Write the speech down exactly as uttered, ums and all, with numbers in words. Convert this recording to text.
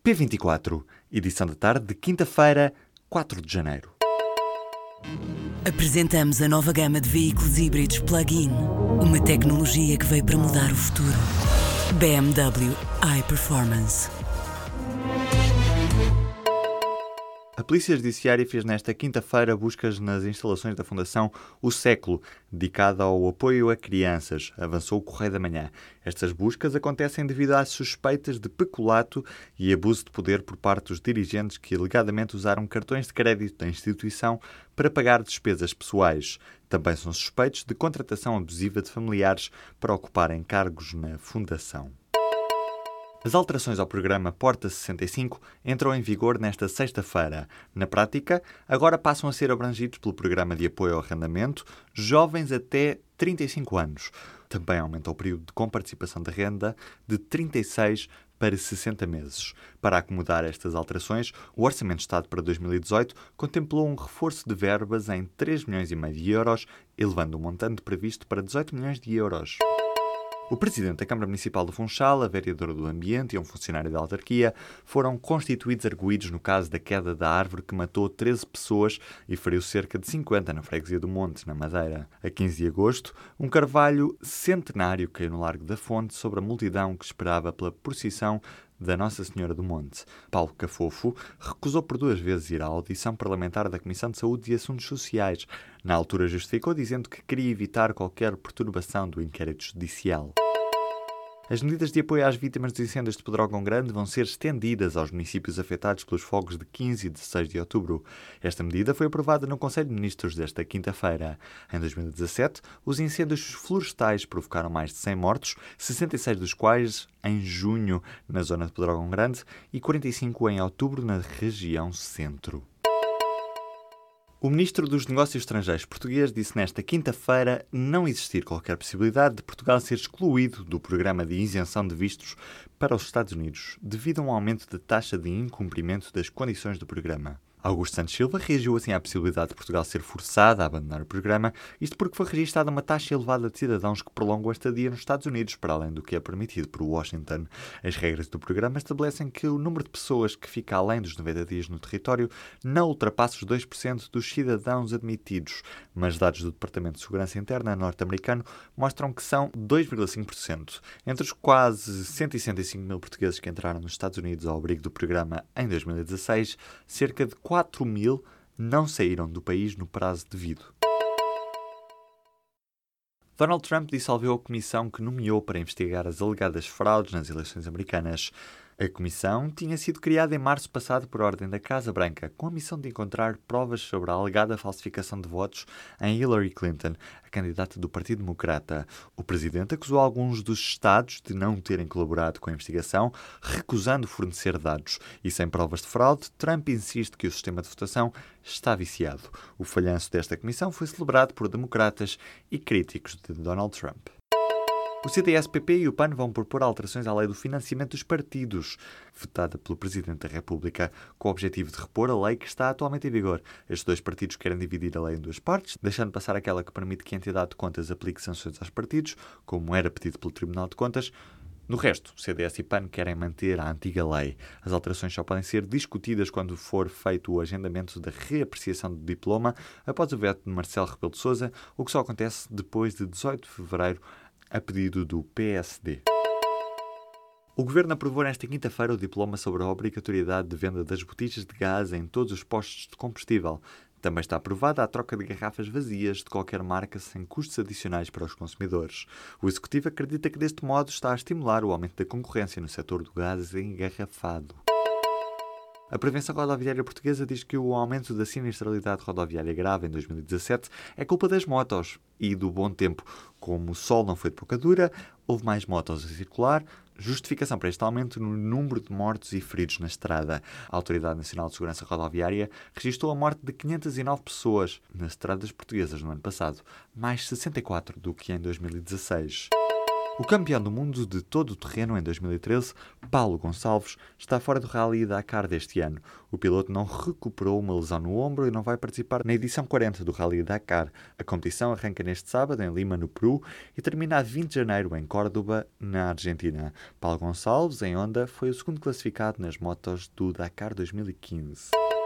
P vinte e quatro, edição da tarde de quinta-feira, quatro de janeiro. Apresentamos a nova gama de veículos híbridos plug-in. Uma tecnologia que veio para mudar o futuro. B M W iPerformance. A Polícia Judiciária fez nesta quinta-feira buscas nas instalações da Fundação O Século, dedicada ao apoio a crianças, avançou o Correio da Manhã. Estas buscas acontecem devido às suspeitas de peculato e abuso de poder por parte dos dirigentes que alegadamente usaram cartões de crédito da instituição para pagar despesas pessoais. Também são suspeitos de contratação abusiva de familiares para ocuparem cargos na Fundação. As alterações ao programa Porta sessenta e cinco entram em vigor nesta sexta-feira. Na prática, agora passam a ser abrangidos pelo Programa de Apoio ao Arrendamento jovens até trinta e cinco anos. Também aumenta o período de comparticipação da renda de trinta e seis para sessenta meses. Para acomodar estas alterações, o Orçamento de Estado para dois mil e dezoito contemplou um reforço de verbas em três milhões e meio de euros, elevando o montante previsto para dezoito milhões de euros. O presidente da Câmara Municipal do Funchal, a vereadora do Ambiente e um funcionário da autarquia foram constituídos arguidos no caso da queda da árvore que matou treze pessoas e feriu cerca de cinquenta na freguesia do Monte, na Madeira. A quinze de agosto, um carvalho centenário caiu no Largo da Fonte sobre a multidão que esperava pela procissão da Nossa Senhora do Monte. Paulo Cafofo recusou por duas vezes ir à audição parlamentar da Comissão de Saúde e Assuntos Sociais. Na altura justificou dizendo que queria evitar qualquer perturbação do inquérito judicial. As medidas de apoio às vítimas dos incêndios de Pedrógão Grande vão ser estendidas aos municípios afetados pelos fogos de quinze e dezesseis de outubro. Esta medida foi aprovada no Conselho de Ministros desta quinta-feira. Em dois mil e dezassete, os incêndios florestais provocaram mais de cem mortos, sessenta e seis dos quais em junho na zona de Pedrógão Grande e quarenta e cinco em outubro na região centro. O ministro dos Negócios Estrangeiros português disse nesta quinta-feira não existir qualquer possibilidade de Portugal ser excluído do programa de isenção de vistos para os Estados Unidos, devido a um aumento da taxa de incumprimento das condições do programa. Augusto Santos Silva reagiu assim à possibilidade de Portugal ser forçada a abandonar o programa, isto porque foi registada uma taxa elevada de cidadãos que prolongam a estadia nos Estados Unidos, para além do que é permitido por Washington. As regras do programa estabelecem que o número de pessoas que fica além dos noventa dias no território não ultrapassa os dois por cento dos cidadãos admitidos, mas dados do Departamento de Segurança Interna norte-americano mostram que são dois vírgula cinco por cento. Entre os quase cento e sessenta e cinco mil portugueses que entraram nos Estados Unidos ao abrigo do programa em dois mil e dezasseis, cerca de quatro mil não saíram do país no prazo devido. Donald Trump dissolveu a comissão que nomeou para investigar as alegadas fraudes nas eleições americanas. A comissão tinha sido criada em março passado por ordem da Casa Branca, com a missão de encontrar provas sobre a alegada falsificação de votos em Hillary Clinton, a candidata do Partido Democrata. O presidente acusou alguns dos estados de não terem colaborado com a investigação, recusando fornecer dados. E sem provas de fraude, Trump insiste que o sistema de votação está viciado. O falhanço desta comissão foi celebrado por democratas e críticos de Donald Trump. O C D S P P e o P A N vão propor alterações à lei do financiamento dos partidos, vetada pelo Presidente da República, com o objetivo de repor a lei que está atualmente em vigor. Estes dois partidos querem dividir a lei em duas partes, deixando passar aquela que permite que a entidade de contas aplique sanções aos partidos, como era pedido pelo Tribunal de Contas. No resto, o C D S e o P A N querem manter a antiga lei. As alterações só podem ser discutidas quando for feito o agendamento da reapreciação do diploma após o veto de Marcelo Rebelo de Sousa, o que só acontece depois de dezoito de fevereiro, a pedido do P S D. O Governo aprovou nesta quinta-feira o diploma sobre a obrigatoriedade de venda das botijas de gás em todos os postos de combustível. Também está aprovada a troca de garrafas vazias de qualquer marca sem custos adicionais para os consumidores. O Executivo acredita que deste modo está a estimular o aumento da concorrência no setor do gás engarrafado. A Prevenção Rodoviária Portuguesa diz que o aumento da sinistralidade rodoviária grave em dois mil e dezassete é culpa das motos e do bom tempo. Como o sol não foi de pouca dura, houve mais motos a circular, justificação para este aumento no número de mortos e feridos na estrada. A Autoridade Nacional de Segurança Rodoviária registrou a morte de quinhentas e nove pessoas nas estradas portuguesas no ano passado, mais sessenta e quatro do que em dois mil e dezasseis. O campeão do mundo de todo o terreno em dois mil e treze, Paulo Gonçalves, está fora do Rally Dakar deste ano. O piloto não recuperou uma lesão no ombro e não vai participar na edição quarenta do Rally Dakar. A competição arranca neste sábado em Lima, no Peru, e termina a vinte de janeiro em Córdoba, na Argentina. Paulo Gonçalves, em Honda, foi o segundo classificado nas motos do Dakar dois mil e quinze.